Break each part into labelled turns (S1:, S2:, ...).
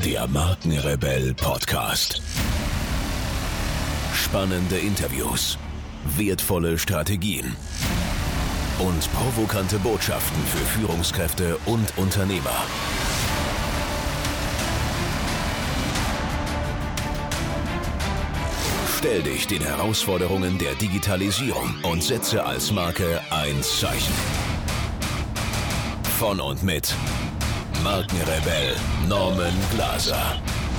S1: Der Markenrebell Podcast. Spannende Interviews, wertvolle Strategien und provokante Botschaften für Führungskräfte und Unternehmer. Stell dich den Herausforderungen der Digitalisierung und setze als Marke ein Zeichen. Von und mit Markenrebell Norman Glaser.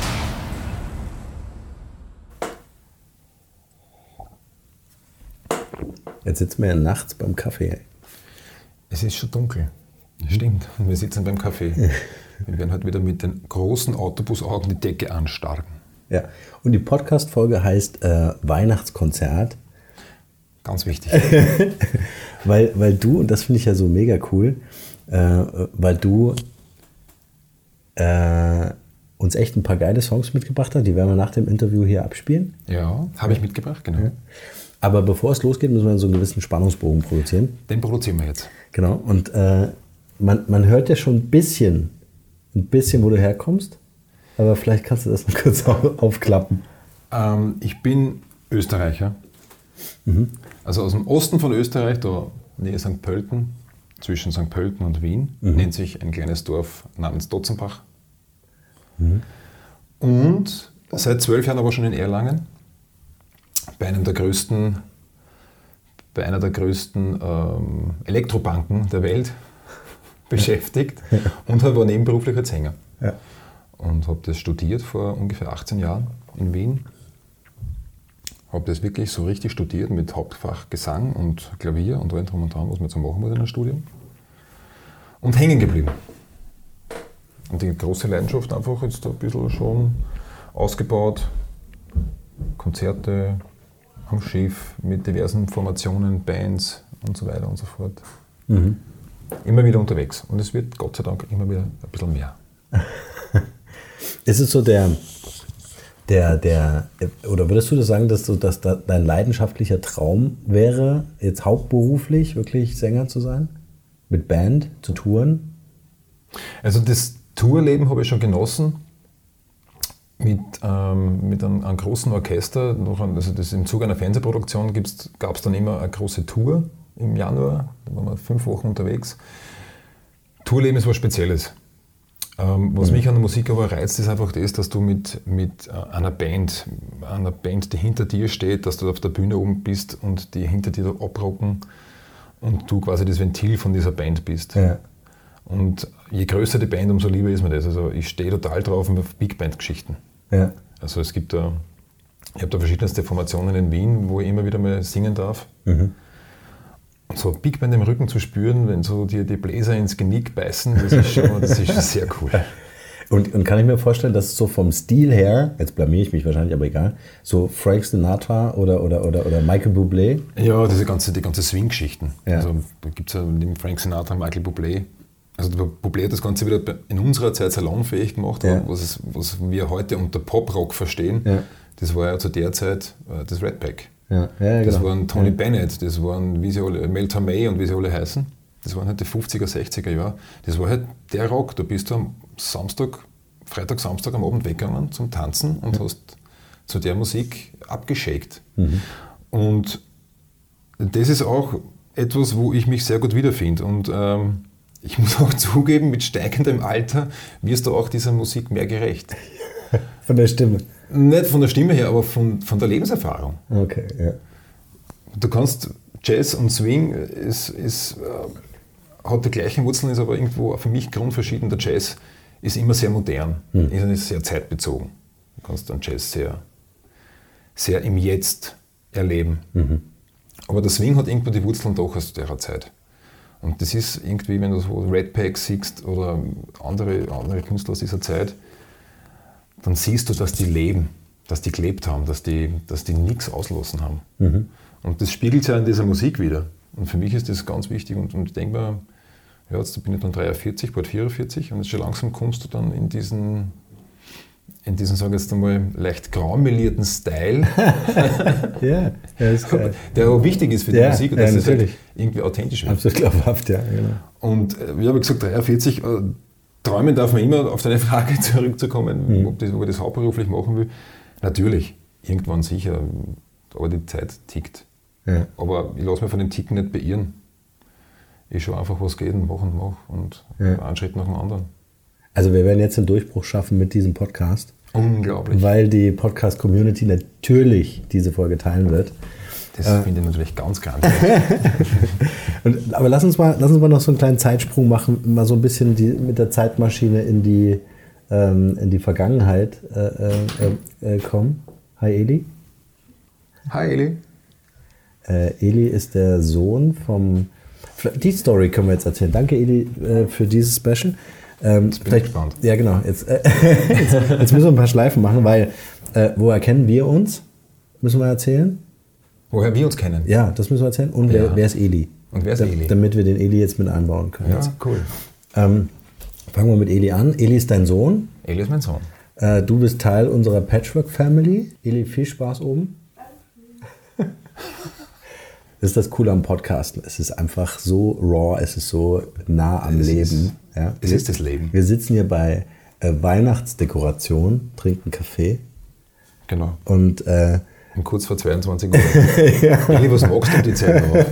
S2: Jetzt sitzen wir ja nachts beim Kaffee.
S3: Es ist schon dunkel. Stimmt. Und wir sitzen beim Kaffee. Wir werden heute wieder mit den großen Autobusaugen die Decke anstarren.
S2: Ja. Und die Podcast-Folge heißt Weihnachtskonzert.
S3: Ganz wichtig.
S2: weil du, und das finde ich ja so mega cool, weil du uns echt ein paar geile Songs mitgebracht hast. Die werden wir nach dem Interview hier abspielen.
S3: Ja, habe ich mitgebracht, genau.
S2: Ja. Aber bevor es losgeht, müssen wir so einen gewissen Spannungsbogen produzieren.
S3: Den produzieren wir jetzt.
S2: Genau. Und man hört ja schon ein bisschen, wo du herkommst. Aber vielleicht kannst du das mal kurz aufklappen.
S3: Ich bin Österreicher.
S2: Mhm.
S3: Also aus dem Osten von Österreich, da Nähe St. Pölten, zwischen St. Pölten und Wien, nennt sich ein kleines Dorf namens Dotzenbach. Mhm. Und seit 12 Jahren aber schon in Erlangen, bei einer der größten Elektrobanken der Welt beschäftigt und war nebenberuflich als Sänger. Ja. Und habe das studiert vor ungefähr 18 Jahren in Wien. Habe das wirklich so richtig studiert mit Hauptfach Gesang und Klavier und allem drum und dran, was man so machen muss in einem Studium. Und hängen geblieben. Und die große Leidenschaft einfach jetzt ein bisschen schon ausgebaut. Konzerte am Schiff mit diversen Formationen, Bands und so weiter und so fort. Mhm. Immer wieder unterwegs. Und es wird Gott sei Dank immer wieder ein bisschen mehr.
S2: Ist es so oder würdest du das sagen, dass dein leidenschaftlicher Traum wäre, jetzt hauptberuflich wirklich Sänger zu sein? Mit Band, zu touren?
S3: Also das Tourleben habe ich schon genossen. Mit einem großen Orchester. Also das im Zuge einer Fernsehproduktion gab es dann immer eine große Tour im Januar. Da waren wir 5 Wochen unterwegs. Tourleben ist was Spezielles. Was mich an der Musik aber reizt, ist einfach das, dass du mit einer Band, die hinter dir steht, dass du auf der Bühne oben bist und die hinter dir abrocken und du quasi das Ventil von dieser Band bist. Ja. Und je größer die Band, umso lieber ist mir das. Also ich stehe total drauf auf Big Band-Geschichten. Ja. Also ich habe da verschiedenste Formationen in Wien, wo ich immer wieder mal singen darf. Mhm. Und so Big Band im Rücken zu spüren, wenn so dir die Bläser ins Genick beißen, das ist schon sehr cool.
S2: Und kann ich mir vorstellen, dass so vom Stil her, jetzt blamiere ich mich wahrscheinlich, aber egal, so Frank Sinatra oder Michael Bublé?
S3: Ja, die ganze Swing-Geschichten.
S2: Ja.
S3: Also da gibt es ja neben Frank Sinatra, Michael Bublé. Also der Bublé hat das Ganze wieder in unserer Zeit salonfähig gemacht, ja. was wir heute unter Pop-Rock verstehen. Ja. Das war ja zu der Zeit das Red Pack. Ja. Ja, das waren Tony Bennett, das waren Mel Torme und wie sie alle heißen. Das waren halt die 50er, 60er Jahre. Das war halt der Rock. Da bist du am Freitag, Samstag am Abend weggegangen zum Tanzen und hast zu der Musik abgeschakt. Mhm. Und das ist auch etwas, wo ich mich sehr gut wiederfinde. Und ich muss auch zugeben, mit steigendem Alter wirst du auch dieser Musik mehr gerecht.
S2: Von der Stimme?
S3: Nicht von der Stimme her, aber von der Lebenserfahrung.
S2: Okay, ja.
S3: Du kannst Jazz und Swing, hat die gleichen Wurzeln, ist aber irgendwo für mich grundverschieden. Der Jazz ist immer sehr modern, ist sehr zeitbezogen. Du kannst dann Jazz sehr, sehr im Jetzt erleben. Mhm. Aber der Swing hat irgendwo die Wurzeln doch aus der Zeit. Und das ist irgendwie, wenn du so Red Pack siehst oder andere Künstler aus dieser Zeit, dann siehst du, dass die leben, dass die gelebt haben, dass die nichts auslassen haben. Mhm. Und das spiegelt sich ja in dieser Musik wieder. Und für mich ist das ganz wichtig. Und ich denke mir, ja, jetzt bin ich dann 43, bald 44 und jetzt schon langsam kommst du dann in diesen, sage ich jetzt einmal, leicht graumelierten Style,
S2: ja, ist geil.
S3: der auch wichtig ist für die Musik und dass es halt irgendwie authentisch wird.
S2: Absolut glaubhaft, ja. Genau.
S3: Und wie habe ich gesagt, 43, träumen darf man immer, auf deine Frage zurückzukommen, ob ich das hauptberuflich machen will. Natürlich, irgendwann sicher, aber die Zeit tickt.
S2: Ja.
S3: Aber ich lasse mich von dem Ticken nicht beirren. Ich schaue einfach, was geht und mache und einen Schritt nach dem anderen.
S2: Also wir werden jetzt den Durchbruch schaffen mit diesem Podcast.
S3: Unglaublich.
S2: Weil die Podcast-Community natürlich diese Folge teilen wird.
S3: Das finde ich natürlich ganz grandios.
S2: Aber lass uns mal noch so einen kleinen Zeitsprung machen, mal so ein bisschen mit der Zeitmaschine in die Vergangenheit kommen. Hi Eli.
S3: Hi Eli.
S2: Eli ist der Sohn vom... Die Story können wir jetzt erzählen. Danke Eli für dieses Special.
S3: Jetzt bin ich gespannt.
S2: Ja genau, jetzt müssen wir ein paar Schleifen machen, weil woher kennen wir uns? Müssen wir erzählen?
S3: Woher wir uns kennen?
S2: Ja, das müssen wir erzählen. Und wer ist Eli?
S3: Und wer ist Eli?
S2: Damit wir den Eli jetzt mit einbauen können.
S3: Ja, cool.
S2: Fangen wir mit Eli an. Eli ist dein Sohn.
S3: Eli ist mein Sohn.
S2: Du bist Teil unserer Patchwork-Family. Eli, viel Spaß oben. Das ist das Coole am Podcasten. Es ist einfach so raw, es ist so nah am Leben.
S3: Es ist das Leben.
S2: Wir sitzen hier bei Weihnachtsdekoration, trinken Kaffee.
S3: Genau.
S2: Und
S3: um kurz vor 22 Uhr. Eli, was magst du um die Zeit noch?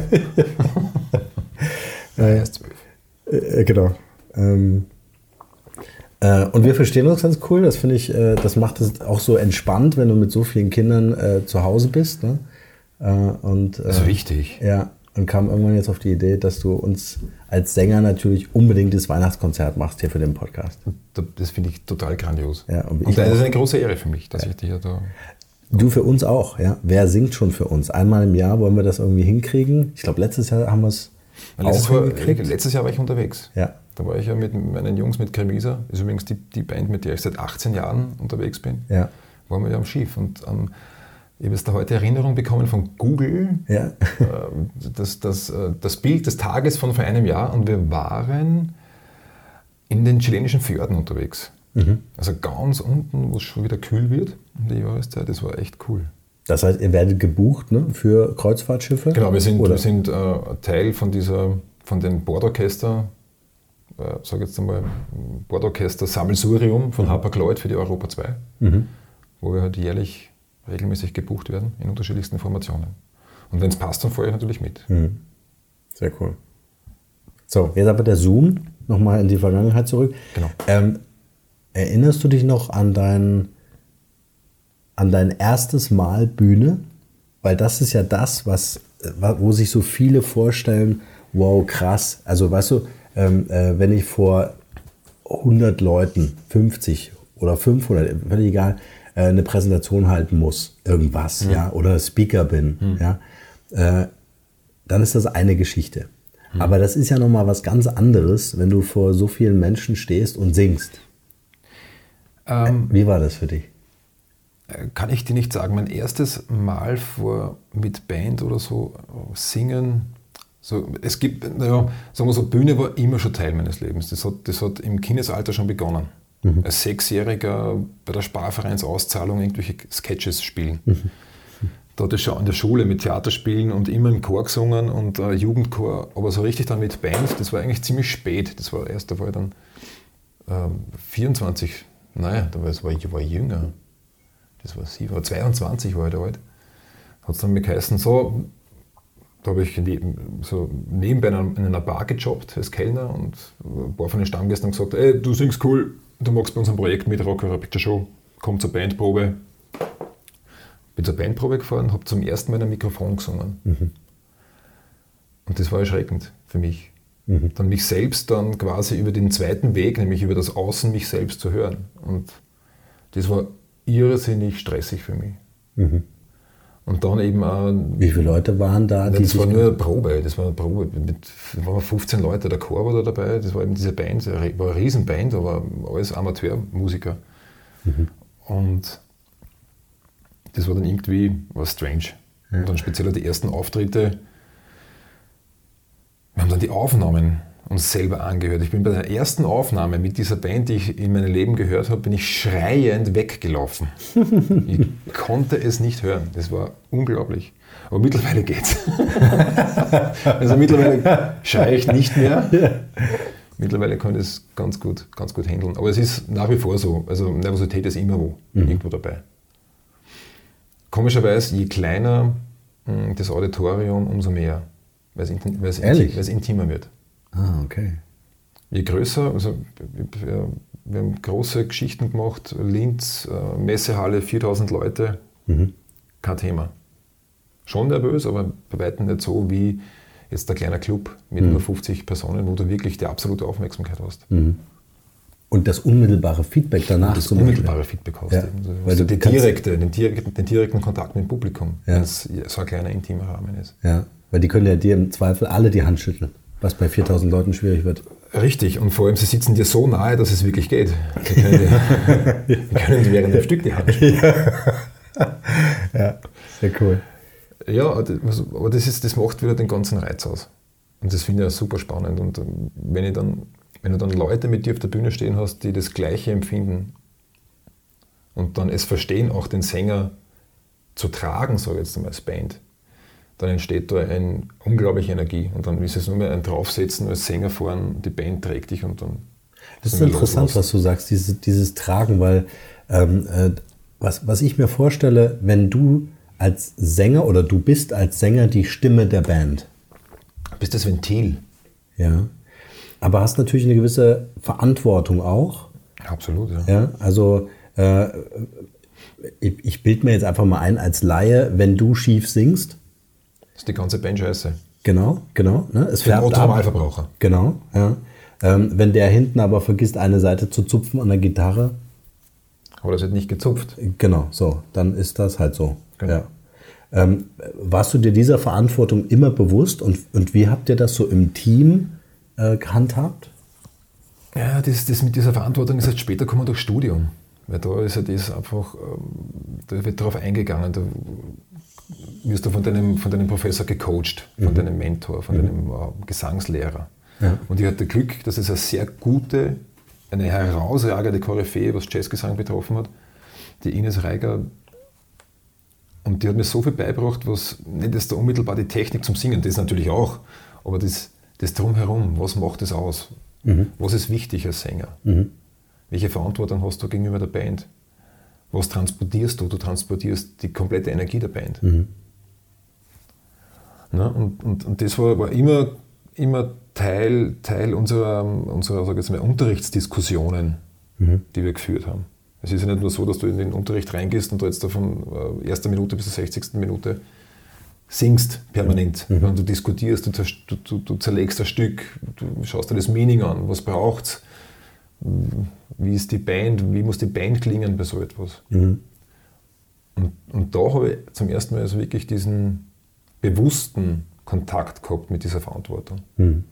S3: Erst 12.
S2: Genau. Und wir verstehen uns ganz cool. Das finde ich, das macht es auch so entspannt, wenn du mit so vielen Kindern zu Hause bist. Ne?
S3: Das ist wichtig.
S2: Ja, und kam irgendwann jetzt auf die Idee, dass du uns als Sänger natürlich unbedingt das Weihnachtskonzert machst hier für den Podcast.
S3: Das finde ich total grandios.
S2: Ja, und
S3: das ist eine große Ehre für mich, dass ich dich da...
S2: Du für uns auch, ja. Wer singt schon für uns? Einmal im Jahr wollen wir das irgendwie hinkriegen. Ich glaube, letztes Jahr haben wir es auch hingekriegt.
S3: Letztes Jahr war ich unterwegs.
S2: Ja.
S3: Da war ich ja mit meinen Jungs, mit Cremisa, das ist übrigens die Band, mit der ich seit 18 Jahren unterwegs bin, waren wir ja am Schiff. Und ich habe jetzt da heute Erinnerung bekommen von Google, das Bild des Tages von vor einem Jahr, und wir waren in den chilenischen Fjorden unterwegs. Also ganz unten, wo es schon wieder kühl wird um die Jahreszeit, das war echt cool.
S2: Das heißt, ihr werdet gebucht, ne, für Kreuzfahrtschiffe?
S3: Genau, wir sind Teil von den Bordorchester, sage jetzt einmal, Bordorchester Sammelsurium von Hapag-Lloyd für die Europa 2, wo wir halt jährlich regelmäßig gebucht werden in unterschiedlichsten Formationen. Und wenn es passt, dann fahre ich natürlich mit.
S2: Sehr cool. So, jetzt aber der Zoom, nochmal in die Vergangenheit zurück.
S3: Genau.
S2: Erinnerst du dich noch an dein erstes Mal Bühne? Weil das ist ja das, wo sich so viele vorstellen, wow, krass. Also weißt du, wenn ich vor 100 Leuten, 50 oder 500, völlig egal, eine Präsentation halten muss, irgendwas, oder Speaker bin, dann ist das eine Geschichte. Aber das ist ja nochmal was ganz anderes, wenn du vor so vielen Menschen stehst und singst. Wie war das für dich?
S3: Kann ich dir nicht sagen. Mein erstes Mal mit Band oder so singen, es gibt, sagen wir so, Bühne war immer schon Teil meines Lebens. Das hat im Kindesalter schon begonnen. Als 6-Jähriger bei der Sparvereinsauszahlung irgendwelche Sketches spielen. Da hatte ich schon in der Schule mit Theaterspielen und immer im Chor gesungen und Jugendchor, aber so richtig dann mit Band, das war eigentlich ziemlich spät. Da war ich dann 24, ich war jünger. Das war 22 war ich da alt. Hat es dann mir geheißen, so, da habe ich nebenbei in einer Bar gejobbt als Kellner und ein paar von den Stammgästen haben gesagt, ey, du singst cool, du magst bei unserem Projekt mit, Rock Horror Picture Show, komm zur Bandprobe. Bin zur Bandprobe gefahren, habe zum ersten Mal in ein Mikrofon gesungen. Und das war erschreckend für mich. Dann mich selbst dann quasi über den zweiten Weg, nämlich über das Außen, mich selbst zu hören. Und das war irrsinnig stressig für mich. Und dann eben auch...
S2: Wie viele Leute waren da?
S3: Das war nur eine Probe. Da waren 15 Leute, der Chor war da dabei. Das war eben diese Band, war eine Riesenband, aber alles Amateurmusiker. Und das war dann irgendwie strange. Und dann speziell die ersten Auftritte. Wir haben dann die Aufnahmen uns selber angehört. Ich bin bei der ersten Aufnahme mit dieser Band, die ich in meinem Leben gehört habe, bin ich schreiend weggelaufen. Ich konnte es nicht hören. Das war unglaublich. Aber mittlerweile geht's. Also mittlerweile schreie ich nicht mehr. Mittlerweile kann ich das ganz gut handeln. Aber es ist nach wie vor so. Also Nervosität ist immer irgendwo dabei. Komischerweise, je kleiner das Auditorium, umso mehr. Weil es intimer wird.
S2: Ah, okay.
S3: Je größer, also wir haben große Geschichten gemacht, Linz, Messehalle, 4000 Leute, kein Thema. Schon nervös, aber bei weitem nicht so wie jetzt ein kleiner Club mit nur 50 Personen, wo du wirklich die absolute Aufmerksamkeit hast.
S2: Und das unmittelbare Feedback danach.
S3: Und das unmittelbare Feedback hast.
S2: Ja.
S3: Weil du den direkten Kontakt mit dem Publikum, wenn es so ein kleiner intimer Rahmen ist.
S2: Ja, weil die können ja dir im Zweifel alle die Hand schütteln, was bei 4000 Leuten schwierig wird.
S3: Richtig, und vor allem, sie sitzen dir so nahe, dass es wirklich geht. Sie können dir während dem Stück die Hand schütteln.
S2: Ja, sehr cool.
S3: Ja, aber das macht wieder den ganzen Reiz aus. Und das finde ich auch super spannend. Und wenn du dann Leute mit dir auf der Bühne stehen hast, die das Gleiche empfinden und dann es verstehen, auch den Sänger zu tragen, sage ich jetzt einmal als Band, dann entsteht da eine unglaubliche Energie. Und dann ist es nur mehr ein Draufsetzen als Sänger vorn, die Band trägt dich und dann...
S2: Das ist interessant, was du sagst, dieses Tragen, weil was ich mir vorstelle, wenn du als Sänger oder du bist als Sänger die Stimme der Band.
S3: Du bist das Ventil.
S2: Ja. Aber hast natürlich eine gewisse Verantwortung auch.
S3: Absolut, ja.
S2: Ja, also ich bilde mir jetzt einfach mal ein als Laie, wenn du schief singst.
S3: Das ist die ganze Band scheiße.
S2: Genau. Ne? Es
S3: für den
S2: färbt ab.
S3: Normalverbraucher.
S2: Genau, ja. Wenn der hinten aber vergisst, eine Seite zu zupfen an der Gitarre.
S3: Aber das wird nicht gezupft.
S2: Genau, so. Dann ist das halt so.
S3: Genau.
S2: Ja. Warst du dir dieser Verantwortung immer bewusst und wie habt ihr das so im Team gehandhabt?
S3: Ja, das mit dieser Verantwortung ist erst später gekommen durch Studium. Weil da ist ja das einfach, da wird darauf eingegangen, da wirst du von deinem Professor gecoacht, von deinem Mentor, von deinem Gesangslehrer. Ja. Und ich hatte Glück, dass es eine herausragende Koryphäe, was Jazzgesang betroffen hat, die Ines Reiger. Und die hat mir so viel beigebracht, was nicht jetzt da unmittelbar die Technik zum Singen, das natürlich auch, aber das Drumherum, was macht das aus? Was ist wichtig als Sänger? Welche Verantwortung hast du gegenüber der Band? Was transportierst du? Du transportierst die komplette Energie der Band. Na, und das war immer Teil unserer sag ich jetzt mal, Unterrichtsdiskussionen, die wir geführt haben. Es ist ja nicht nur so, dass du in den Unterricht reingehst und da jetzt von 1. Minute bis zur 60. Minute singst permanent. Wenn du diskutierst, du zerlegst ein Stück, du schaust dir das Meaning an, was braucht es, wie ist die Band, wie muss die Band klingen bei so etwas. Und da habe ich zum ersten Mal also wirklich diesen bewussten Kontakt gehabt mit dieser Verantwortung. Und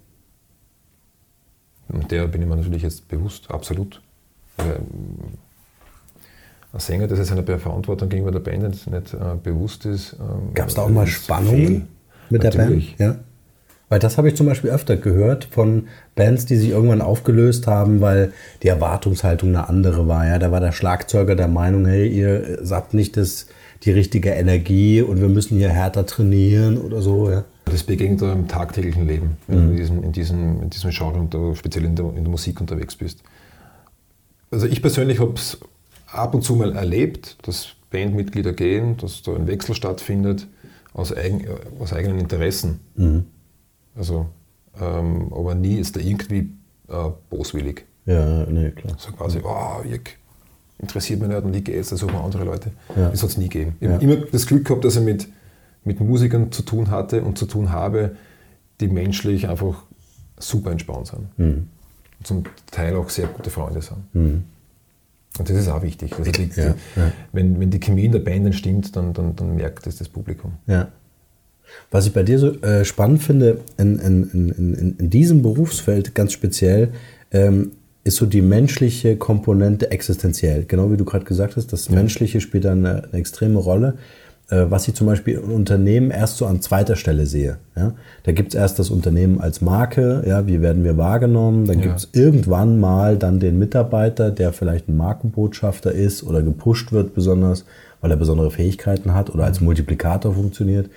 S3: der bin ich mir natürlich jetzt bewusst, absolut. Weil ein Sänger, der seiner Verantwortung gegenüber der Band nicht bewusst ist.
S2: Gab es da auch mal Spannungen mit natürlich. Der Band? Ja? Weil das habe ich zum Beispiel öfter gehört von Bands, die sich irgendwann aufgelöst haben, weil die Erwartungshaltung eine andere war. Ja? Da war der Schlagzeuger der Meinung, hey, ihr habt nicht die richtige Energie und wir müssen hier härter trainieren oder so. Ja?
S3: Das begegnet im tagtäglichen Leben, wenn du in diesem Genre und speziell in der Musik unterwegs bist. Also ich persönlich habe es ab und zu mal erlebt, dass Bandmitglieder gehen, dass da ein Wechsel stattfindet aus eigenen Interessen. Also, aber nie ist da irgendwie boswillig.
S2: Ja, nee, klar.
S3: So quasi, interessiert mich nicht und ich gehe jetzt, da suchen wir andere Leute.
S2: Ja.
S3: Das hat es nie gegeben. Ich habe immer das Glück gehabt, dass ich mit Musikern zu tun hatte und zu tun habe, die menschlich einfach super entspannt sind. Und zum Teil auch sehr gute Freunde sind. Und das ist auch wichtig. Also wenn die Chemie in der Band stimmt, dann merkt es das Publikum.
S2: Ja. Was ich bei dir so spannend finde, in diesem Berufsfeld ganz speziell, ist so die menschliche Komponente existenziell. Genau wie du gerade gesagt hast, das Menschliche spielt da eine extreme Rolle. Was ich zum Beispiel in Unternehmen erst so an zweiter Stelle sehe. Ja? Da gibt es erst das Unternehmen als Marke, ja, wie werden wir wahrgenommen, dann gibt es irgendwann mal dann den Mitarbeiter, der vielleicht ein Markenbotschafter ist oder gepusht wird besonders, weil er besondere Fähigkeiten hat oder als Multiplikator funktioniert.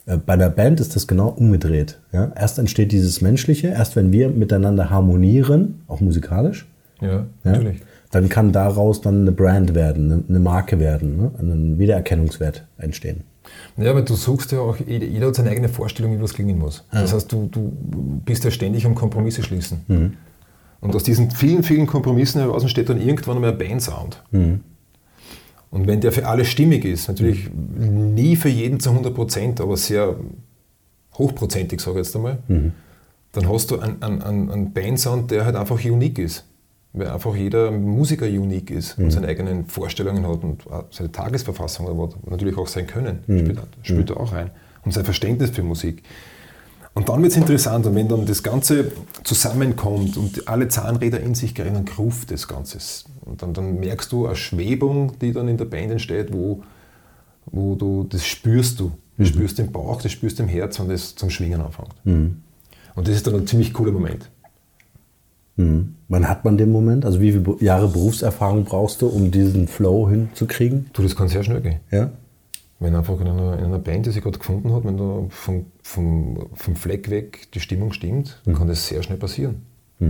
S2: Bei einer Band ist das genau umgedreht. Ja? Erst entsteht dieses Menschliche, erst wenn wir miteinander harmonieren, auch musikalisch,
S3: Ja, natürlich.
S2: dann kann daraus dann eine Brand werden, eine Marke werden, ne? Ein Wiedererkennungswert entstehen.
S3: Ja, aber du suchst ja auch, jeder hat seine eigene Vorstellung, wie was klingen muss.
S2: Ja.
S3: Das heißt, du bist ja ständig am Kompromisse schließen. Und aus diesen vielen, vielen Kompromissen heraus entsteht dann irgendwann einmal ein Bandsound. Und wenn der für alle stimmig ist, natürlich nie für jeden zu 100%, aber sehr hochprozentig, sage ich jetzt einmal, dann hast du einen Bandsound, der halt einfach unique ist. Weil einfach jeder Musiker unique ist und seine eigenen Vorstellungen hat und seine Tagesverfassung hat und natürlich auch sein Können spielt da auch rein. Und sein Verständnis für Musik. Und dann wird es interessant, und wenn dann das Ganze zusammenkommt und alle Zahnräder in sich kriegen, dann groovt das Ganze. Und dann merkst du eine Schwebung, die dann in der Band entsteht, wo du, das spürst du. Das spürst du im Bauch, das spürst du im Herz, wenn das zum Schwingen anfängt. Und das ist dann ein ziemlich cooler Moment.
S2: Wann hat man den Moment? Also wie viele Jahre Berufserfahrung brauchst du, um diesen Flow hinzukriegen?
S3: Du, das kann sehr schnell gehen.
S2: Ja?
S3: Wenn einfach in einer Band, die sich gerade gefunden hat, wenn da vom Fleck weg die Stimmung stimmt, dann kann das sehr schnell passieren.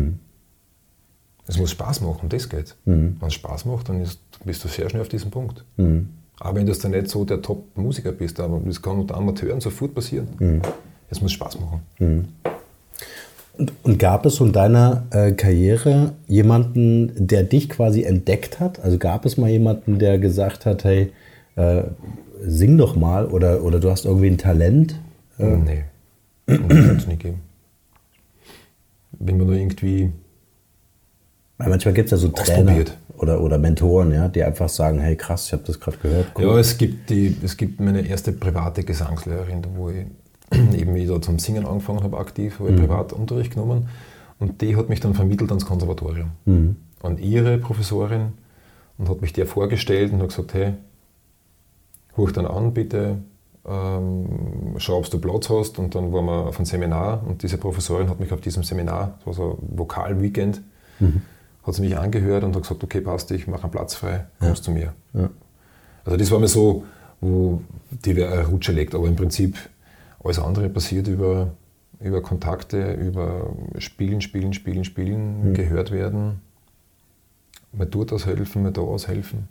S3: Es muss Spaß machen, das geht. Wenn es Spaß macht, dann bist du sehr schnell auf diesem Punkt. Aber wenn du dann nicht so der Top-Musiker bist, aber das kann unter Amateuren sofort passieren. Es muss Spaß machen.
S2: Und gab es so in deiner Karriere jemanden, der dich quasi entdeckt hat? Also gab es mal jemanden, der gesagt hat, hey, sing doch mal oder du hast irgendwie ein Talent?
S3: Nee, das kann es nicht geben. Wenn man nur irgendwie
S2: Weil manchmal gibt es ja so Trainer oder Mentoren, ja, die einfach sagen, hey krass, ich habe das gerade gehört. Cool.
S3: Ja, es gibt meine erste private Gesangslehrerin, wo ich eben wieder zum Singen angefangen habe, aktiv, habe ich Privatunterricht genommen und die hat mich dann vermittelt ans Konservatorium. Und ihre Professorin und hat mich der vorgestellt und hat gesagt, hey, hör dann an bitte, schau, ob du Platz hast. Und dann waren wir auf einem Seminar und diese Professorin hat mich auf diesem Seminar, das war so ein Vokal-Weekend, hat sie mich angehört und hat gesagt, okay, passt, ich mache einen Platz frei, kommst zu mir. Ja. Also das war mir so, wo die eine Rutsche legt, aber im Prinzip alles andere passiert über Kontakte, über Spielen, gehört werden, man tut aushelfen, man da aushelfen.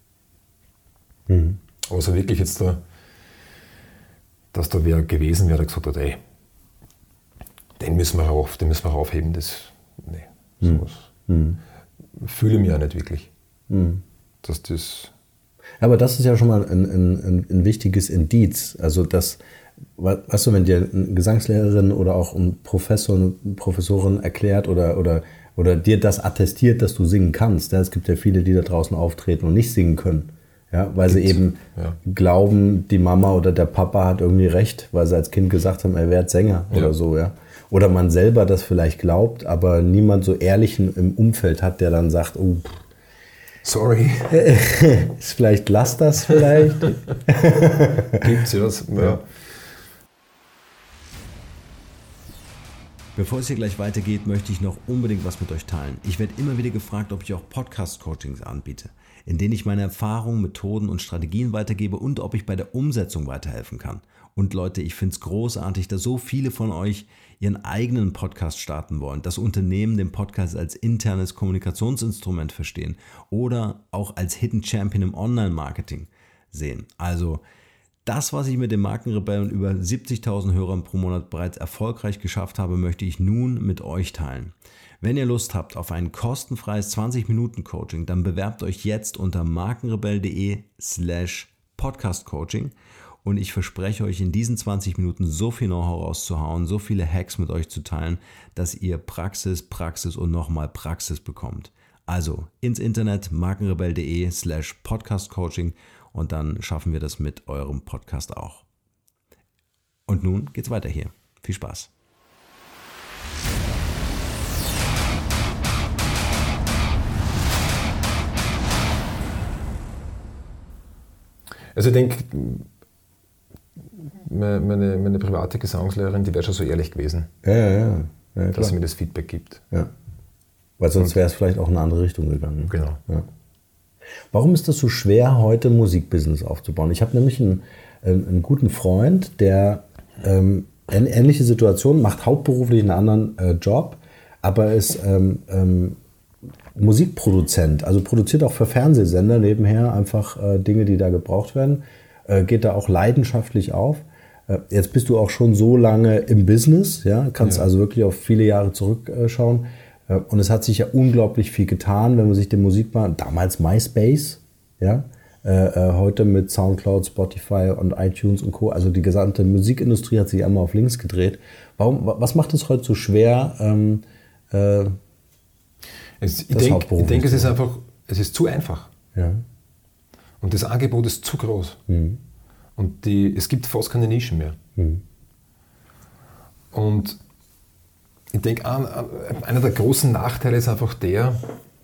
S3: Aber so wirklich jetzt dass da wer gewesen wäre, der gesagt hat, ey, den müssen wir raufheben, sowas fühle mich ja nicht wirklich. Dass das
S2: aber das ist ja schon mal ein wichtiges Indiz. Also das, weißt du, wenn dir eine Gesangslehrerin oder auch ein Professor, eine Professorin erklärt oder dir das attestiert, dass du singen kannst. Ja, es gibt ja viele, die da draußen auftreten und nicht singen können. Ja, weil sie eben glauben, die Mama oder der Papa hat irgendwie recht, weil sie als Kind gesagt haben, er wird Sänger oder so. Ja. Oder man selber das vielleicht glaubt, aber niemand so Ehrlichen im Umfeld hat, der dann sagt, oh,
S3: sorry.
S2: Vielleicht lass das vielleicht.
S3: Gibt's ja das. Ja.
S4: Bevor es hier gleich weitergeht, möchte ich noch unbedingt was mit euch teilen. Ich werde immer wieder gefragt, ob ich auch Podcast-Coachings anbiete, in denen ich meine Erfahrungen, Methoden und Strategien weitergebe und ob ich bei der Umsetzung weiterhelfen kann. Und Leute, ich finde es großartig, dass so viele von euch ihren eigenen Podcast starten wollen, das Unternehmen den Podcast als internes Kommunikationsinstrument verstehen oder auch als Hidden Champion im Online-Marketing sehen. Also das, was ich mit den Markenrebellen über 70.000 Hörern pro Monat bereits erfolgreich geschafft habe, möchte ich nun mit euch teilen. Wenn ihr Lust habt auf ein kostenfreies 20-Minuten-Coaching, dann bewerbt euch jetzt unter markenrebell.de/podcastcoaching und ich verspreche euch, in diesen 20 Minuten so viel Know-how rauszuhauen, so viele Hacks mit euch zu teilen, dass ihr Praxis und nochmal Praxis bekommt. Also ins Internet markenrebell.de/podcastcoaching und dann schaffen wir das mit eurem Podcast auch. Und nun geht's weiter hier. Viel Spaß.
S3: Also ich denke, meine private Gesangslehrerin, die wäre schon so ehrlich gewesen,
S2: Ja,
S3: dass sie mir das Feedback gibt.
S2: Ja. Weil sonst wäre es vielleicht auch in eine andere Richtung gegangen.
S3: Genau.
S2: Ja. Warum ist das so schwer, heute Musikbusiness aufzubauen? Ich habe nämlich einen guten Freund, der ähnliche Situation, macht hauptberuflich einen anderen Job, aber ist Musikproduzent, also produziert auch für Fernsehsender nebenher einfach Dinge, die da gebraucht werden, geht da auch leidenschaftlich auf. Jetzt bist du auch schon so lange im Business, ja, kannst also wirklich auf viele Jahre zurückschauen. Und es hat sich ja unglaublich viel getan, wenn man sich den Musikmarkt, damals MySpace, ja, heute mit Soundcloud, Spotify und iTunes und Co. Also die gesamte Musikindustrie hat sich einmal auf links gedreht. Was macht es heute so schwer?
S3: Ich denke, es ist zu einfach.
S2: Ja.
S3: Und das Angebot ist zu groß.
S2: Mhm.
S3: Und es gibt fast keine Nischen mehr.
S2: Mhm.
S3: Und ich denke, einer der großen Nachteile ist einfach der,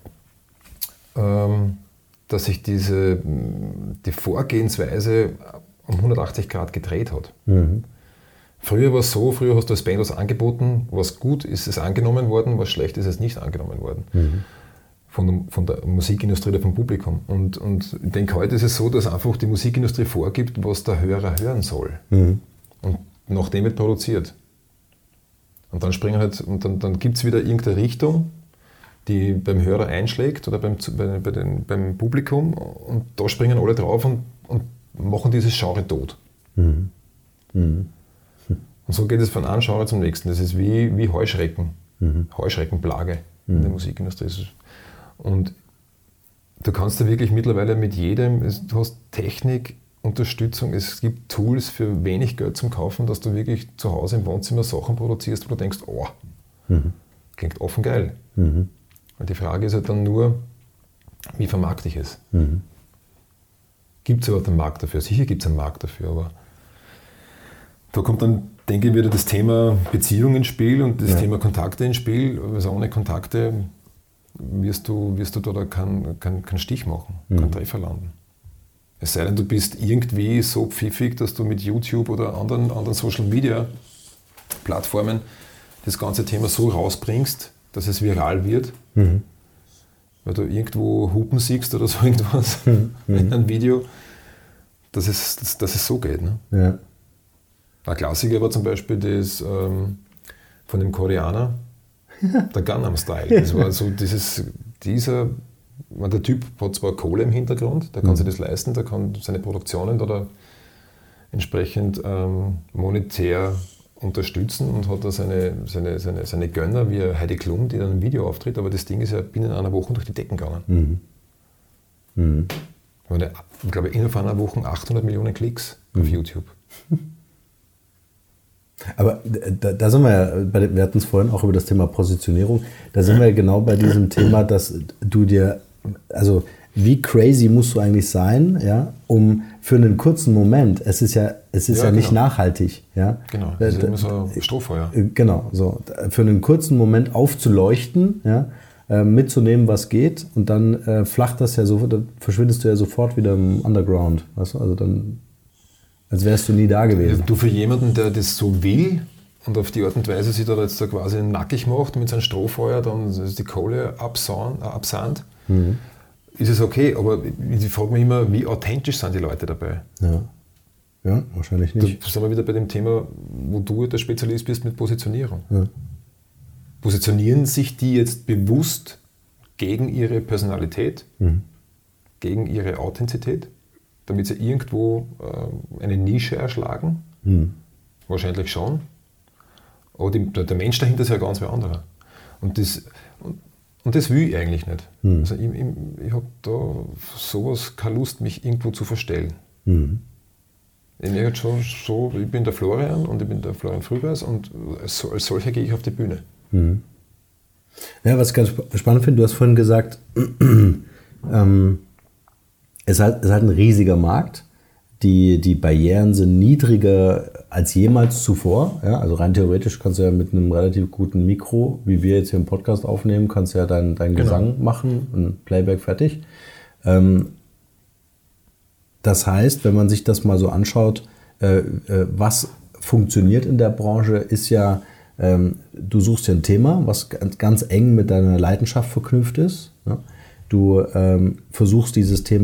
S3: dass sich die Vorgehensweise um 180 Grad gedreht hat.
S2: Mhm.
S3: Früher war es so, früher hast du als Band was angeboten, was gut ist, ist angenommen worden, was schlecht ist, ist nicht angenommen worden.
S2: Mhm.
S3: Von der Musikindustrie oder vom Publikum. Und ich denke, heute ist es so, dass einfach die Musikindustrie vorgibt, was der Hörer hören soll.
S2: Mhm.
S3: Und nachdem wird produziert. Und dann dann gibt es wieder irgendeine Richtung, die beim Hörer einschlägt oder beim Publikum, und da springen alle drauf und machen dieses Genre tot.
S2: Mhm. Mhm.
S3: Und so geht es von einem Genre zum nächsten. Das ist wie Heuschrecken, Heuschreckenplage in der Musikindustrie. Und du kannst da wirklich mittlerweile mit jedem, du hast Technik, Unterstützung, es gibt Tools für wenig Geld zum Kaufen, dass du wirklich zu Hause im Wohnzimmer Sachen produzierst, wo du denkst, oh, klingt offen geil.
S2: Mhm.
S3: Und die Frage ist halt dann nur, wie vermarkte ich es?
S2: Mhm.
S3: Gibt es überhaupt einen Markt dafür? Sicher gibt es einen Markt dafür, aber da kommt dann, denke ich, wieder das Thema Beziehung ins Spiel und das Thema Kontakte ins Spiel. Also ohne Kontakte wirst du da keinen Stich machen, keinen Treffer landen. Es sei denn, du bist irgendwie so pfiffig, dass du mit YouTube oder anderen Social Media Plattformen das ganze Thema so rausbringst, dass es viral wird.
S2: Mhm.
S3: Weil du irgendwo Hupen siehst oder so irgendwas in einem Video, dass es so geht. Ne?
S2: Ja.
S3: Ein Klassiker war zum Beispiel das von dem Koreaner, der Gangnam Style. Das war so der Typ hat zwar Kohle im Hintergrund, der kann sich das leisten, der kann seine Produktionen da entsprechend monetär unterstützen und hat da seine Gönner wie Heidi Klum, die dann im Video auftritt, aber das Ding ist ja binnen einer Woche durch die Decken gegangen.
S2: Mhm. Mhm.
S3: Ich glaube, innerhalb einer Woche 800 Millionen Klicks auf YouTube.
S2: Aber da sind wir ja, wir hatten es vorhin auch über das Thema Positionierung, da sind wir ja genau bei diesem Thema, dass du dir, also wie crazy musst du eigentlich sein, ja, um für einen kurzen Moment, es ist ja nicht nachhaltig. Ja?
S3: Genau, das ist immer so ein Strohfeuer.
S2: Genau, so für einen kurzen Moment aufzuleuchten, ja, mitzunehmen, was geht, und dann flacht das ja sofort, dann verschwindest du ja sofort wieder im Underground, weißt du? Also dann, als wärst du nie da gewesen.
S3: Du, für jemanden, der das so will und auf die Art und Weise sich da jetzt da quasi nackig macht, mit seinem Strohfeuer dann die Kohle absahnt, ist es okay, aber ich frage mich immer, wie authentisch sind die Leute dabei?
S2: Ja, wahrscheinlich nicht.
S3: Da sind wir wieder bei dem Thema, wo du der Spezialist bist mit Positionierung.
S2: Ja.
S3: Positionieren sich die jetzt bewusst gegen ihre Personalität, gegen ihre Authentizität, damit sie irgendwo eine Nische erschlagen? Wahrscheinlich schon. Aber der Mensch dahinter ist ja ganz wer anderer. Und das will ich eigentlich nicht. Also ich habe da sowas keine Lust, mich irgendwo zu verstellen. Ich merke schon so, ich bin der Florian und ich bin der Florian Frühbeis und als solcher gehe ich auf die Bühne.
S2: Ja, was ich ganz spannend finde, du hast vorhin gesagt, es ist halt ein riesiger Markt. Die Barrieren sind niedriger als jemals zuvor. Ja? Also rein theoretisch kannst du ja mit einem relativ guten Mikro, wie wir jetzt hier im Podcast aufnehmen, kannst du ja deinen Gesang machen und Playback fertig. Das heißt, wenn man sich das mal so anschaut, was funktioniert in der Branche, ist ja, du suchst ja ein Thema, was ganz eng mit deiner Leidenschaft verknüpft ist. Ja? Du versuchst dieses Thema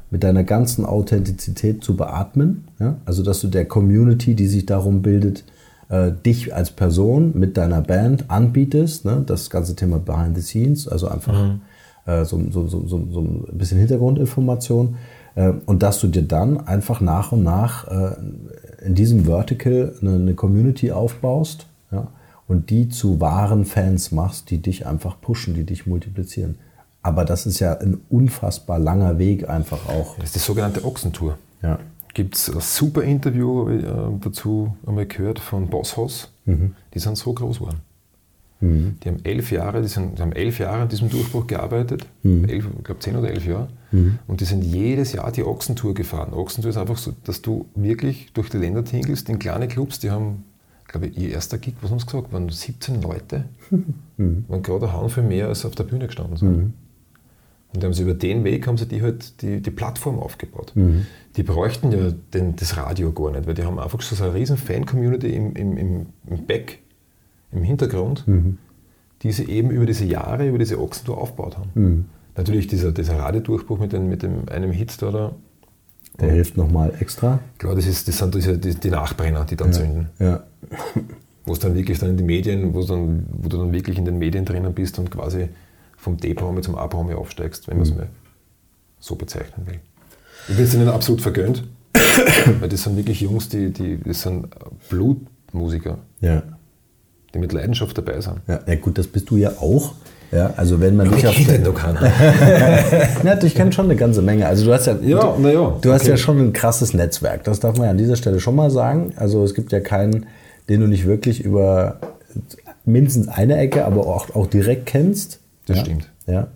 S2: mit deiner ganzen Authentizität zu beatmen. Ja? Also dass du der Community, die sich darum bildet, dich als Person mit deiner Band anbietest, ne? Das ganze Thema Behind the Scenes, also einfach so ein bisschen Hintergrundinformation und dass du dir dann einfach nach und nach in diesem Vertical eine Community aufbaust, ja? Und die zu wahren Fans machst, die dich einfach pushen, die dich multiplizieren. Aber das ist ja ein unfassbar langer Weg einfach auch.
S3: Das ist die sogenannte Ochsentour.
S2: Ja.
S3: Gibt es ein super Interview, habe ich dazu einmal gehört, von Boss Hoss. Die sind so groß geworden. Die haben 11 Jahre, die haben 11 Jahre an diesem Durchbruch gearbeitet, ich glaube 10 oder 11 Jahre. Und die sind jedes Jahr die Ochsentour gefahren. Ochsentour ist einfach so, dass du wirklich durch die Länder tingelst, in kleine Clubs, die haben, glaube ich, ihr erster Gig, was haben sie gesagt, waren 17 Leute, waren gerade ein Haufen mehr als auf der Bühne gestanden sind. Und haben sie über den Weg haben sie die Plattform aufgebaut. Die bräuchten ja das Radio gar nicht, weil die haben einfach so eine riesen Fan-Community im Back, im Hintergrund, die sie eben über diese Jahre, über diese Ochsentour aufgebaut haben. Natürlich dieser Radiodurchbruch mit einem Hit da.
S2: Der hilft nochmal extra.
S3: Klar, das sind die Nachbrenner, die dann zünden.
S2: Ja.
S3: Wo es dann wirklich dann in die Medien, wo du dann wirklich in den Medien drinnen bist und quasi vom D-Promi zum A-Promi aufsteigst, wenn man es mal so bezeichnen will. Ich bin es ihnen absolut vergönnt, weil das sind wirklich Jungs, das sind Blutmusiker, die mit Leidenschaft dabei sind.
S2: Ja, gut, das bist du ja auch. Ja, also wenn man dich auf
S3: den noch keiner.
S2: Ja, ich kenne schon eine ganze Menge. Also du hast du hast ja schon ein krasses Netzwerk. Das darf man ja an dieser Stelle schon mal sagen. Also es gibt ja keinen, den du nicht wirklich über mindestens eine Ecke, aber auch direkt kennst.
S3: Das stimmt.
S2: Ja.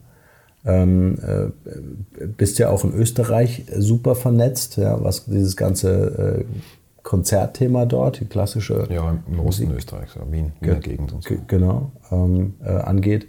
S2: Bist ja auch in Österreich super vernetzt, ja, was dieses ganze Konzertthema dort, die klassische
S3: im Osten Österreichs, Wiener Gegend und so.
S2: Genau, angeht.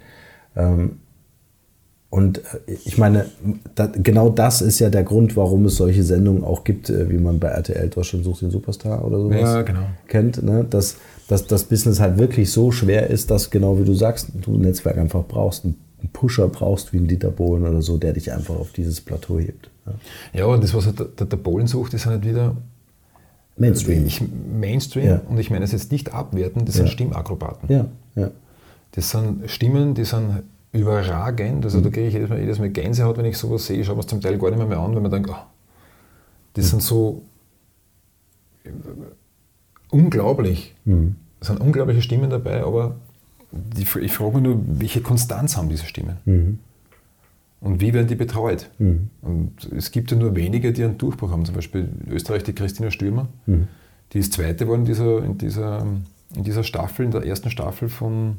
S2: Und ich meine, genau das ist ja der Grund, warum es solche Sendungen auch gibt, wie man bei RTL Deutschland sucht den Superstar oder sowas kennt, ne? Dass das Business halt wirklich so schwer ist, dass, genau wie du sagst, du ein Netzwerk einfach brauchst, einen Pusher brauchst wie ein Dieter Bohlen oder so, der dich einfach auf dieses Plateau hebt.
S3: Ja, und das, was der Bohlen sucht, ist halt wieder Mainstream. Und ich meine es jetzt nicht abwerten, das sind Stimmakrobaten.
S2: Ja.
S3: Das sind Stimmen, die sind überragend. Also da kriege ich jedes Mal Gänsehaut, wenn ich sowas sehe. Ich schaue mir es zum Teil gar nicht mehr an, weil man denkt, das sind so unglaublich. Es sind unglaubliche Stimmen dabei, aber ich frage mich nur, welche Konstanz haben diese Stimmen? Und wie werden die betreut? Und es gibt ja nur wenige, die einen Durchbruch haben. Zum Beispiel in Österreich die Christina Stürmer. Die ist Zweite geworden in dieser Staffel, in der ersten Staffel von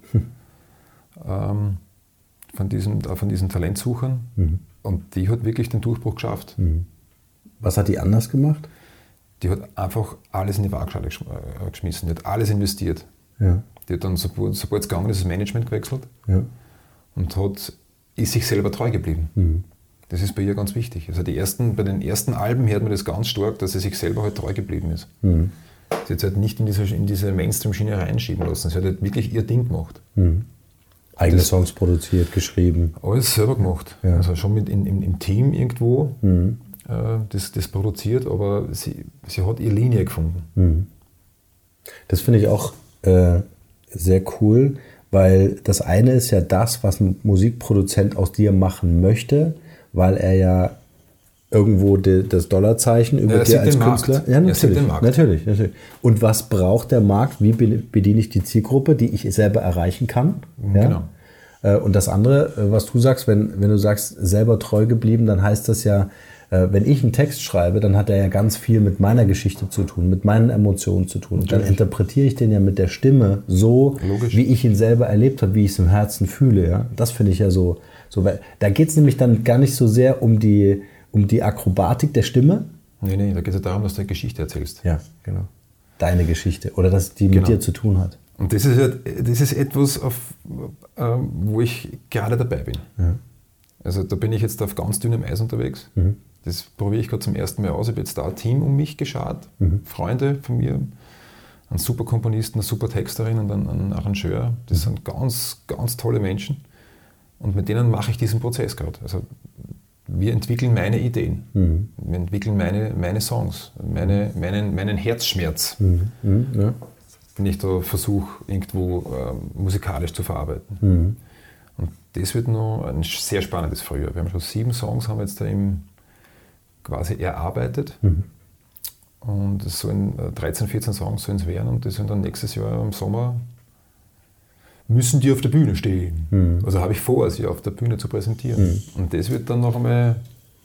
S3: diesen Talentsuchern. Und die hat wirklich den Durchbruch geschafft.
S2: Was hat die anders gemacht?
S3: Die hat einfach alles in die Waagschale geschmissen. Die hat alles investiert.
S2: Ja.
S3: Die hat dann, sobald es gegangen ist, das Management gewechselt und ist sich selber treu geblieben. Das ist bei ihr ganz wichtig. Also bei den ersten Alben hört man das ganz stark, dass sie sich selber halt treu geblieben ist. Sie hat halt nicht in diese Mainstream-Schiene reinschieben lassen. Sie hat halt wirklich ihr Ding gemacht.
S2: Eigene Songs produziert, geschrieben.
S3: Alles selber gemacht. Ja. Also schon im Team irgendwo das produziert, aber sie hat ihre Linie gefunden.
S2: Das finde ich auch sehr cool, weil das eine ist ja das, was ein Musikproduzent aus dir machen möchte, weil er ja irgendwo das Dollarzeichen über dir als Künstler. Ja, natürlich. Und was braucht der Markt? Wie bediene ich die Zielgruppe, die ich selber erreichen kann?
S3: Genau.
S2: Und das andere, was du sagst, wenn du sagst, selber treu geblieben, dann heißt das ja, wenn ich einen Text schreibe, dann hat er ja ganz viel mit meiner Geschichte zu tun, mit meinen Emotionen zu tun. Und dann interpretiere ich den ja mit der Stimme so, wie ich ihn selber erlebt habe, wie ich es im Herzen fühle. Ja? Das finde ich ja so weil da geht es nämlich dann gar nicht so sehr um die Akrobatik der Stimme.
S3: Nee, da geht es ja darum, dass du eine Geschichte erzählst.
S2: Ja, genau. Deine Geschichte oder dass die mit dir zu tun hat.
S3: Und das ist etwas, wo ich gerade dabei bin. Ja. Also da bin ich jetzt auf ganz dünnem Eis unterwegs. Das probiere ich gerade zum ersten Mal aus. Ich habe jetzt da ein Team um mich geschart, Freunde von mir, einen super Komponisten, eine super Texterin und einen Arrangeur. Das sind ganz, ganz tolle Menschen. Und mit denen mache ich diesen Prozess gerade. Also wir entwickeln meine Ideen. Wir entwickeln meine Songs, meinen Herzschmerz.
S2: Ja.
S3: Wenn ich da versuche, irgendwo musikalisch zu verarbeiten. Und das wird noch ein sehr spannendes Frühjahr. Wir haben schon 7 Songs, haben wir jetzt da quasi erarbeitet. Und es sollen 13, 14 Songs sollen es werden und die sollen dann nächstes Jahr im Sommer müssen die auf der Bühne stehen. Also habe ich vor, sie auf der Bühne zu präsentieren. Und das wird dann noch einmal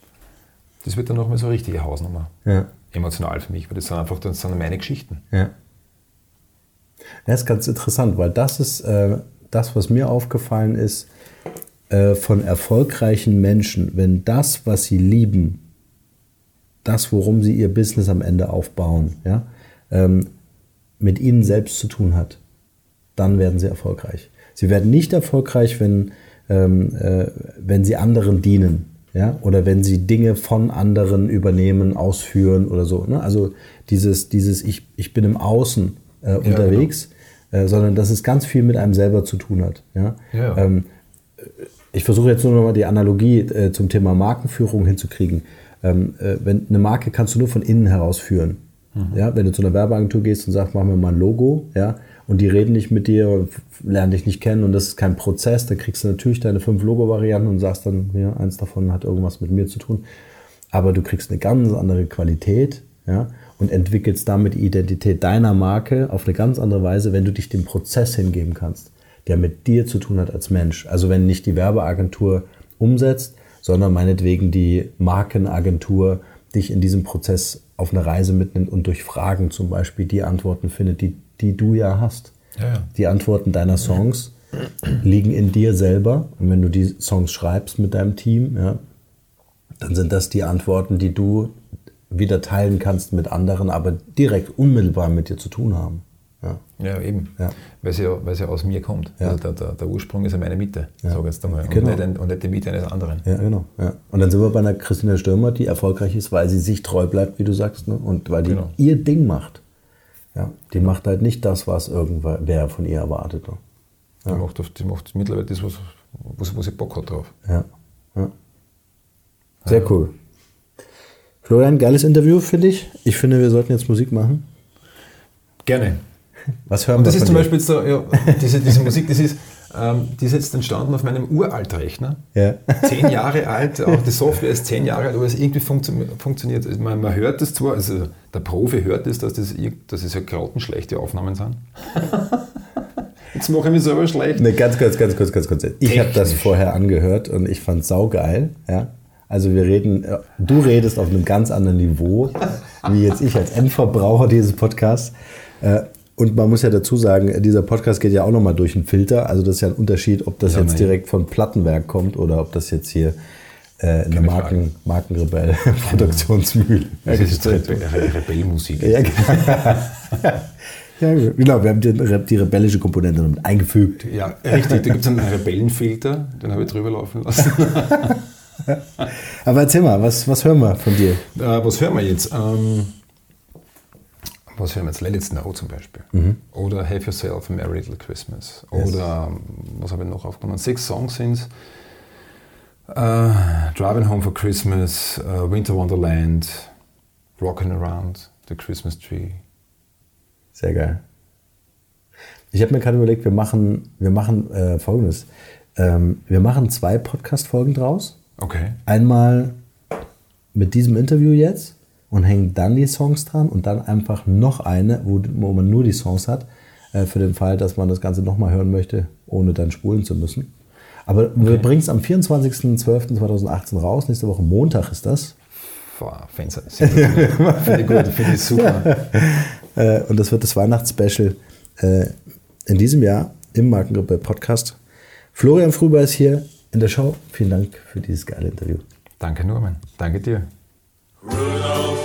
S3: so eine richtige Hausnummer.
S2: Ja.
S3: Emotional für mich, weil das sind meine Geschichten.
S2: Ja. Das ist ganz interessant, weil das ist das, was mir aufgefallen ist, von erfolgreichen Menschen, wenn das, was sie lieben, das, worum sie ihr Business am Ende aufbauen, ja, mit ihnen selbst zu tun hat, dann werden sie erfolgreich. Sie werden nicht erfolgreich, wenn sie anderen dienen, ja, oder wenn sie Dinge von anderen übernehmen, ausführen oder so. Ne? Also dieses ich bin im Außen unterwegs, genau. Sondern dass es ganz viel mit einem selber zu tun hat. Ja? Ja. Ich versuche jetzt nur noch mal die Analogie zum Thema Markenführung hinzukriegen. Wenn eine Marke kannst du nur von innen heraus führen. Ja? Wenn du zu einer Werbeagentur gehst und sagst, mach mir mal ein Logo, ja, und die reden nicht mit dir und lernen dich nicht kennen und das ist kein Prozess, dann kriegst du natürlich deine 5 Logo-Varianten und sagst dann, ja, eins davon hat irgendwas mit mir zu tun. Aber du kriegst eine ganz andere Qualität, ja, und entwickelst damit die Identität deiner Marke auf eine ganz andere Weise, wenn du dich dem Prozess hingeben kannst, der mit dir zu tun hat als Mensch. Also wenn nicht die Werbeagentur umsetzt, sondern meinetwegen die Markenagentur dich in diesem Prozess auf eine Reise mitnimmt und durch Fragen zum Beispiel die Antworten findet, die du ja hast. Ja. Die Antworten deiner Songs liegen in dir selber. Und wenn du die Songs schreibst mit deinem Team, ja, dann sind das die Antworten, die du wieder teilen kannst mit anderen, aber direkt unmittelbar mit dir zu tun haben.
S3: Ja, eben. Ja. Weil es ja aus mir kommt. Ja. Also der Ursprung ist ja meine Mitte, sage ich jetzt einmal. Genau. Und nicht die Mitte eines anderen.
S2: Ja, genau. Ja. Und dann sind wir bei einer Christina Stürmer, die erfolgreich ist, weil sie sich treu bleibt, wie du sagst, ne? Und weil die ihr Ding macht. Ja. Die macht halt nicht das, was irgendwer von ihr erwartet. Ne? Ja.
S3: Die macht mittlerweile das, wo sie Bock hat drauf.
S2: Ja. Ja. Sehr cool. Florian, geiles Interview, finde ich. Ich finde, wir sollten jetzt Musik machen.
S3: Gerne.
S2: Was hören wir?
S3: Das ist zum Beispiel jetzt so, ja, diese Musik, die ist jetzt entstanden auf meinem Uraltrechner. Ja. 10 Jahre alt, auch die Software ist 10 Jahre alt, aber es irgendwie funktioniert. Also man hört das zwar, also der Profi hört das, dass es ja grautenschlechte Aufnahmen sind. Jetzt mache ich mich selber schlecht.
S2: Nee, ganz kurz. Ich habe das vorher angehört und ich fand es saugeil. Ja? Also du redest auf einem ganz anderen Niveau, wie jetzt ich als Endverbraucher dieses Podcasts. Und man muss ja dazu sagen, dieser Podcast geht ja auch nochmal durch einen Filter. Also das ist ja ein Unterschied, ob das jetzt direkt von Plattenwerk kommt oder ob das jetzt hier in der Markenrebell-Produktionsmühle.
S3: Das ist Rebellmusik.
S2: Ja, genau, wir haben die rebellische Komponente damit eingefügt.
S3: Ja, richtig. Da gibt es einen Rebellenfilter, den habe ich drüber laufen lassen.
S2: Aber erzähl mal, was hören wir von dir?
S3: Was hören wir jetzt? Was hören wir jetzt? Let It Snow zum Beispiel. Oder Have Yourself a Merry Little Christmas. Oder, was habe ich noch aufgenommen? 6 Songs sind es. Driving Home for Christmas, Winter Wonderland, Rockin' Around the Christmas Tree.
S2: Sehr geil. Ich habe mir gerade überlegt, wir machen Folgendes. Wir machen 2 Podcast-Folgen draus.
S3: Okay.
S2: Einmal mit diesem Interview jetzt und hängen dann die Songs dran und dann einfach noch eine, wo man nur die Songs hat, für den Fall, dass man das Ganze nochmal hören möchte, ohne dann spulen zu müssen. Aber wir bringen es am 24.12.2018 raus. Nächste Woche Montag ist das.
S3: Finde ich gut, finde ich super.
S2: Und das wird das Weihnachtsspecial in diesem Jahr im Markenrebell Podcast. Florian Früber ist hier in der Show. Vielen Dank für dieses geile Interview.
S3: Danke Norman. Danke dir.
S5: Rudolph,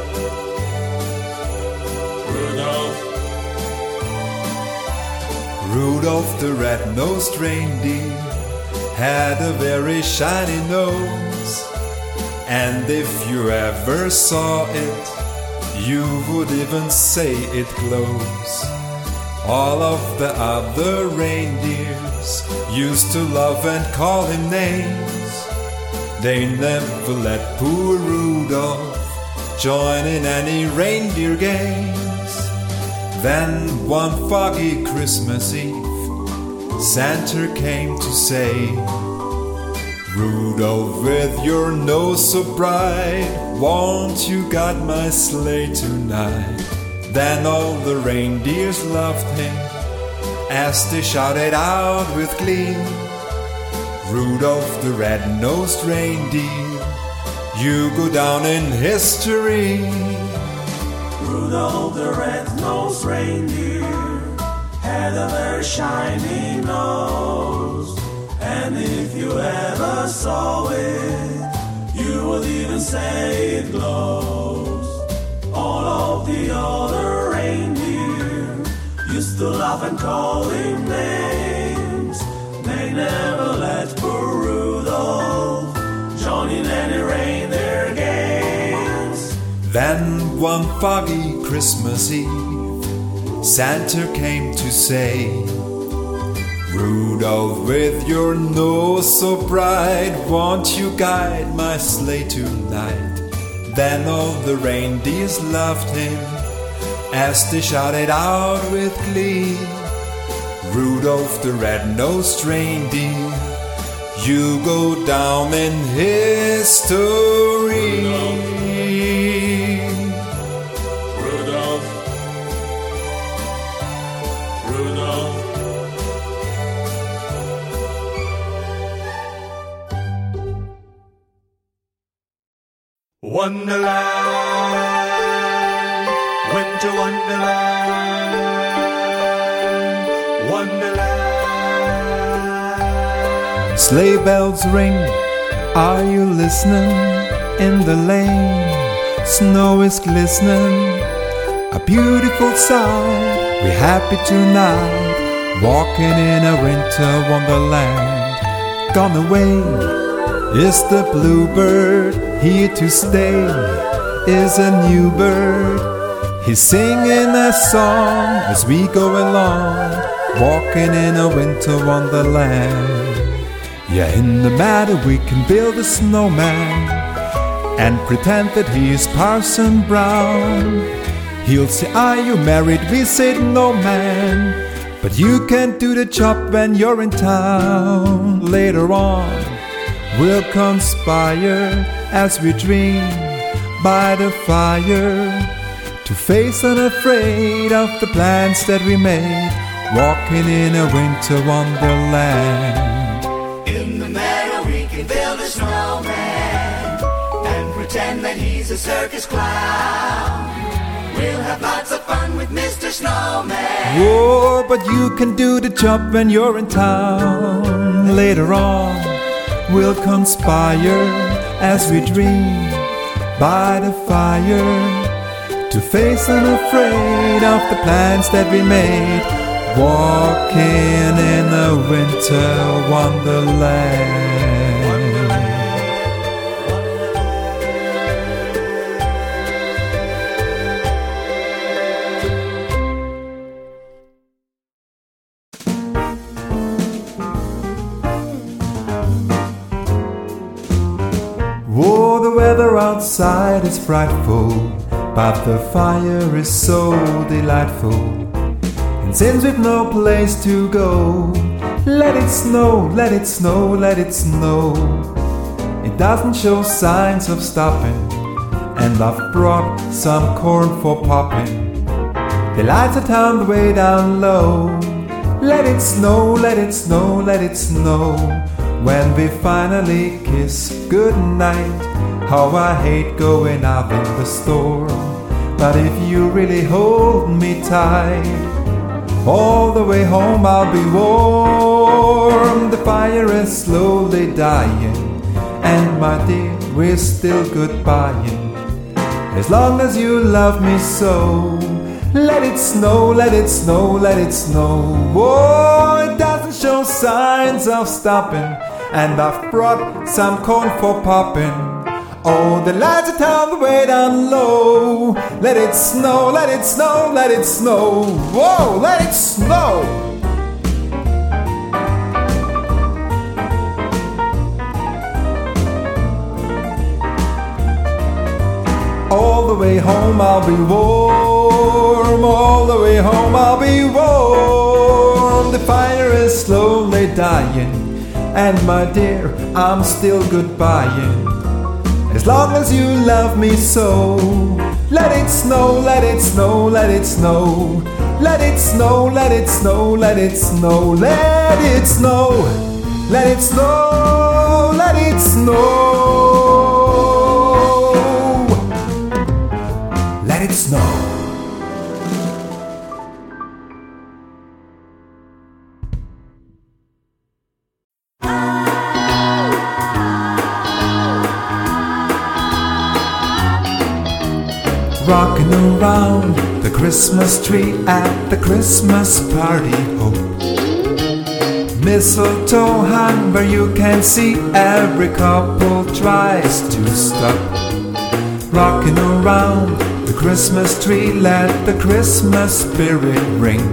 S5: Rudolph the red-nosed reindeer had a very shiny nose, and if you ever saw it, you would even say it glows. All of the other reindeers used to love and call him names. They never let poor Rudolph join in any reindeer games. Then one foggy Christmas Eve, Santa came to say, Rudolph, with your nose so bright, won't you guide my sleigh tonight? Then all the reindeers loved him as they shouted out with glee, Rudolph the red-nosed reindeer, you go down in history.
S6: Rudolph the red-nosed reindeer had a very shiny nose, and if you ever saw it, you would even say it glows. All of the other reindeer used to laugh and call him names. They never let poor Rudolph join in any reindeer games.
S5: Then one foggy Christmas Eve, Santa came to say, Rudolph, with your nose so bright, won't you guide my sleigh tonight? Then all the reindeers loved him as they shouted out with glee, Rudolph the red-nosed reindeer, you go down in history.
S6: Rudolph, Rudolph. Wonderland, winter wonderland, wonderland.
S5: Sleigh bells ring, are you listening? In the lane, snow is glistening, a beautiful sight. We're happy tonight, walking in a winter wonderland. Gone away is the bluebird, here to stay is a new bird. He's singing a song as we go along, walking in a winter wonderland. Yeah, in the meadow we can build a snowman and pretend that he is Parson Brown. He'll say, are you married? We say, no man, but you can't do the job when you're in town. Later on we'll conspire as we dream by the fire to face unafraid of the plans that we made, walking in a winter wonderland.
S6: In the meadow we can build a snowman and pretend that he's a circus clown. We'll have lots of fun with Mr. Snowman.
S5: Whoa, but you can do the job when you're in town. Later on we'll conspire as we dream by the fire to face unafraid of the plans that we made, walking in a winter wonderland. Oh, the weather outside is frightful, but the fire is so delightful. And since we've no place to go, let it snow, let it snow, let it snow. It doesn't show signs of stopping, and I've brought some corn for popping. The lights are turned way down low. Let it snow, let it snow, let it snow. When we finally kiss goodnight, how I hate going out in the storm. But if you really hold me tight, all the way home I'll be warm. The fire is slowly dying, and my dear, we're still goodbying. As long as you love me so, let it snow, let it snow, let it snow. Oh, it doesn't show signs of stopping, and I've brought some corn for popping. Oh, the lights are turned way down low. Let it snow, let it snow, let it snow. Whoa, let it snow. way home I'll be warm, all the way home I'll be warm. The fire is slowly dying, and my dear, I'm still goodbying. As long as you love me so, let it snow, let it snow, let it snow. Let it snow, let it snow, let it snow, let it snow, let it snow, let it snow, let it snow. Rocking around the Christmas tree at the Christmas party, oh. Mistletoe hung where you can see every couple tries to stop. Rocking around the Christmas tree, let the Christmas spirit ring.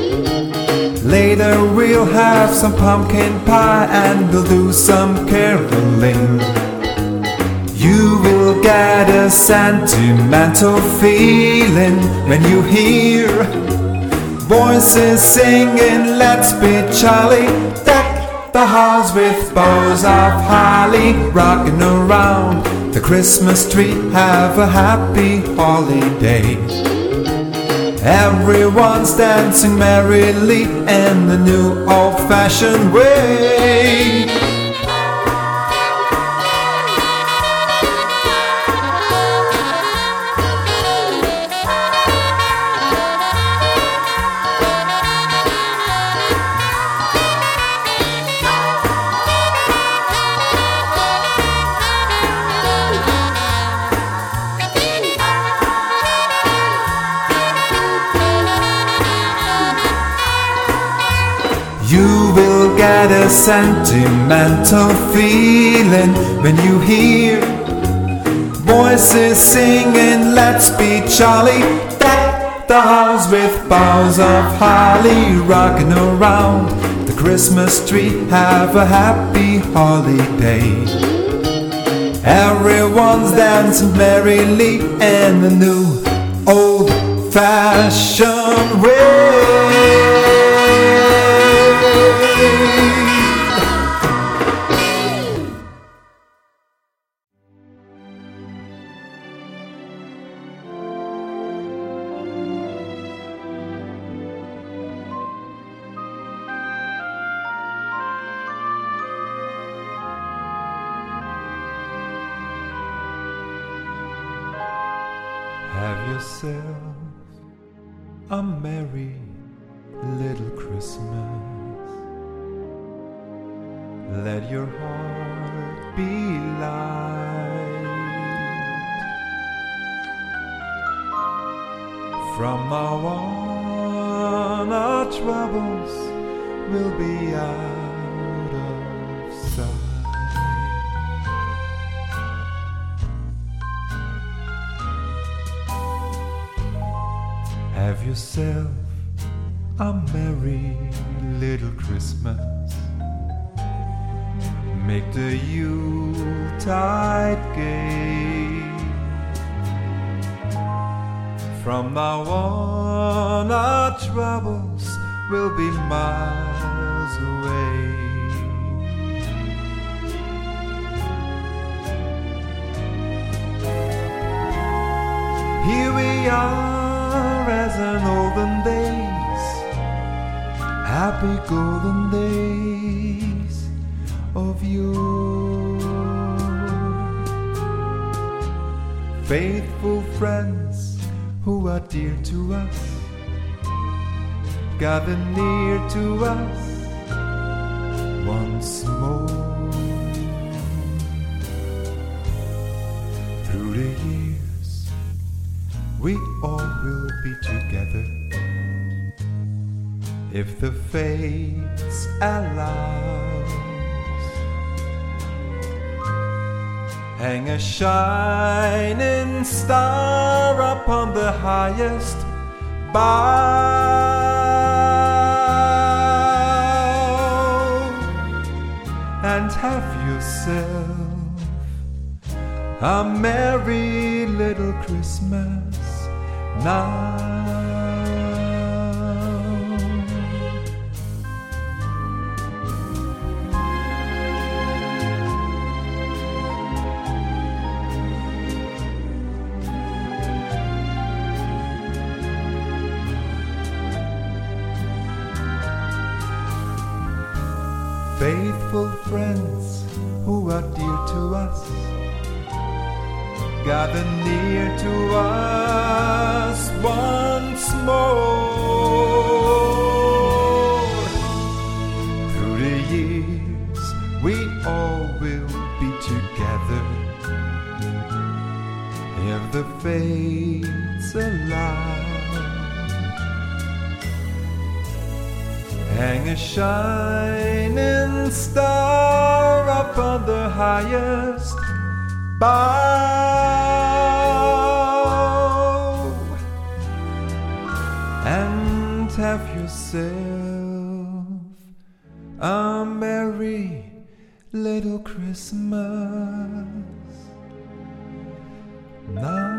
S5: Later we'll have some pumpkin pie and we'll do some caroling. You will get a sentimental feeling when you hear voices singing, let's be jolly. Deck the halls with boughs of holly. Rocking around the Christmas tree, have a happy holiday. Everyone's dancing merrily in the new old-fashioned way. You will get a sentimental feeling when you hear voices singing, let's be jolly. Deck the halls with boughs of holly. Rocking around the Christmas tree, have a happy holiday. Everyone's dancing merrily in the new old-fashioned way. Have yourself a merry little Christmas. Let your heart be light. From now on, our troubles will be out of sight. Have yourself a merry little Christmas. Make the Yuletide gay. From now on, our troubles will be miles away. Here we are as in olden days, happy golden days of yore. Faithful friends who are dear to us, gather near to us once more. Through the years we all will be together, if the fates allow. Hang a shining star upon the highest bough, and have yourself a merry little Christmas now. Faithful friends who are dear to us, gather near to us once more. Through the years we all will be together, if the fates allow. Hang a shining star up on the highest bough, and have yourself a merry little Christmas now.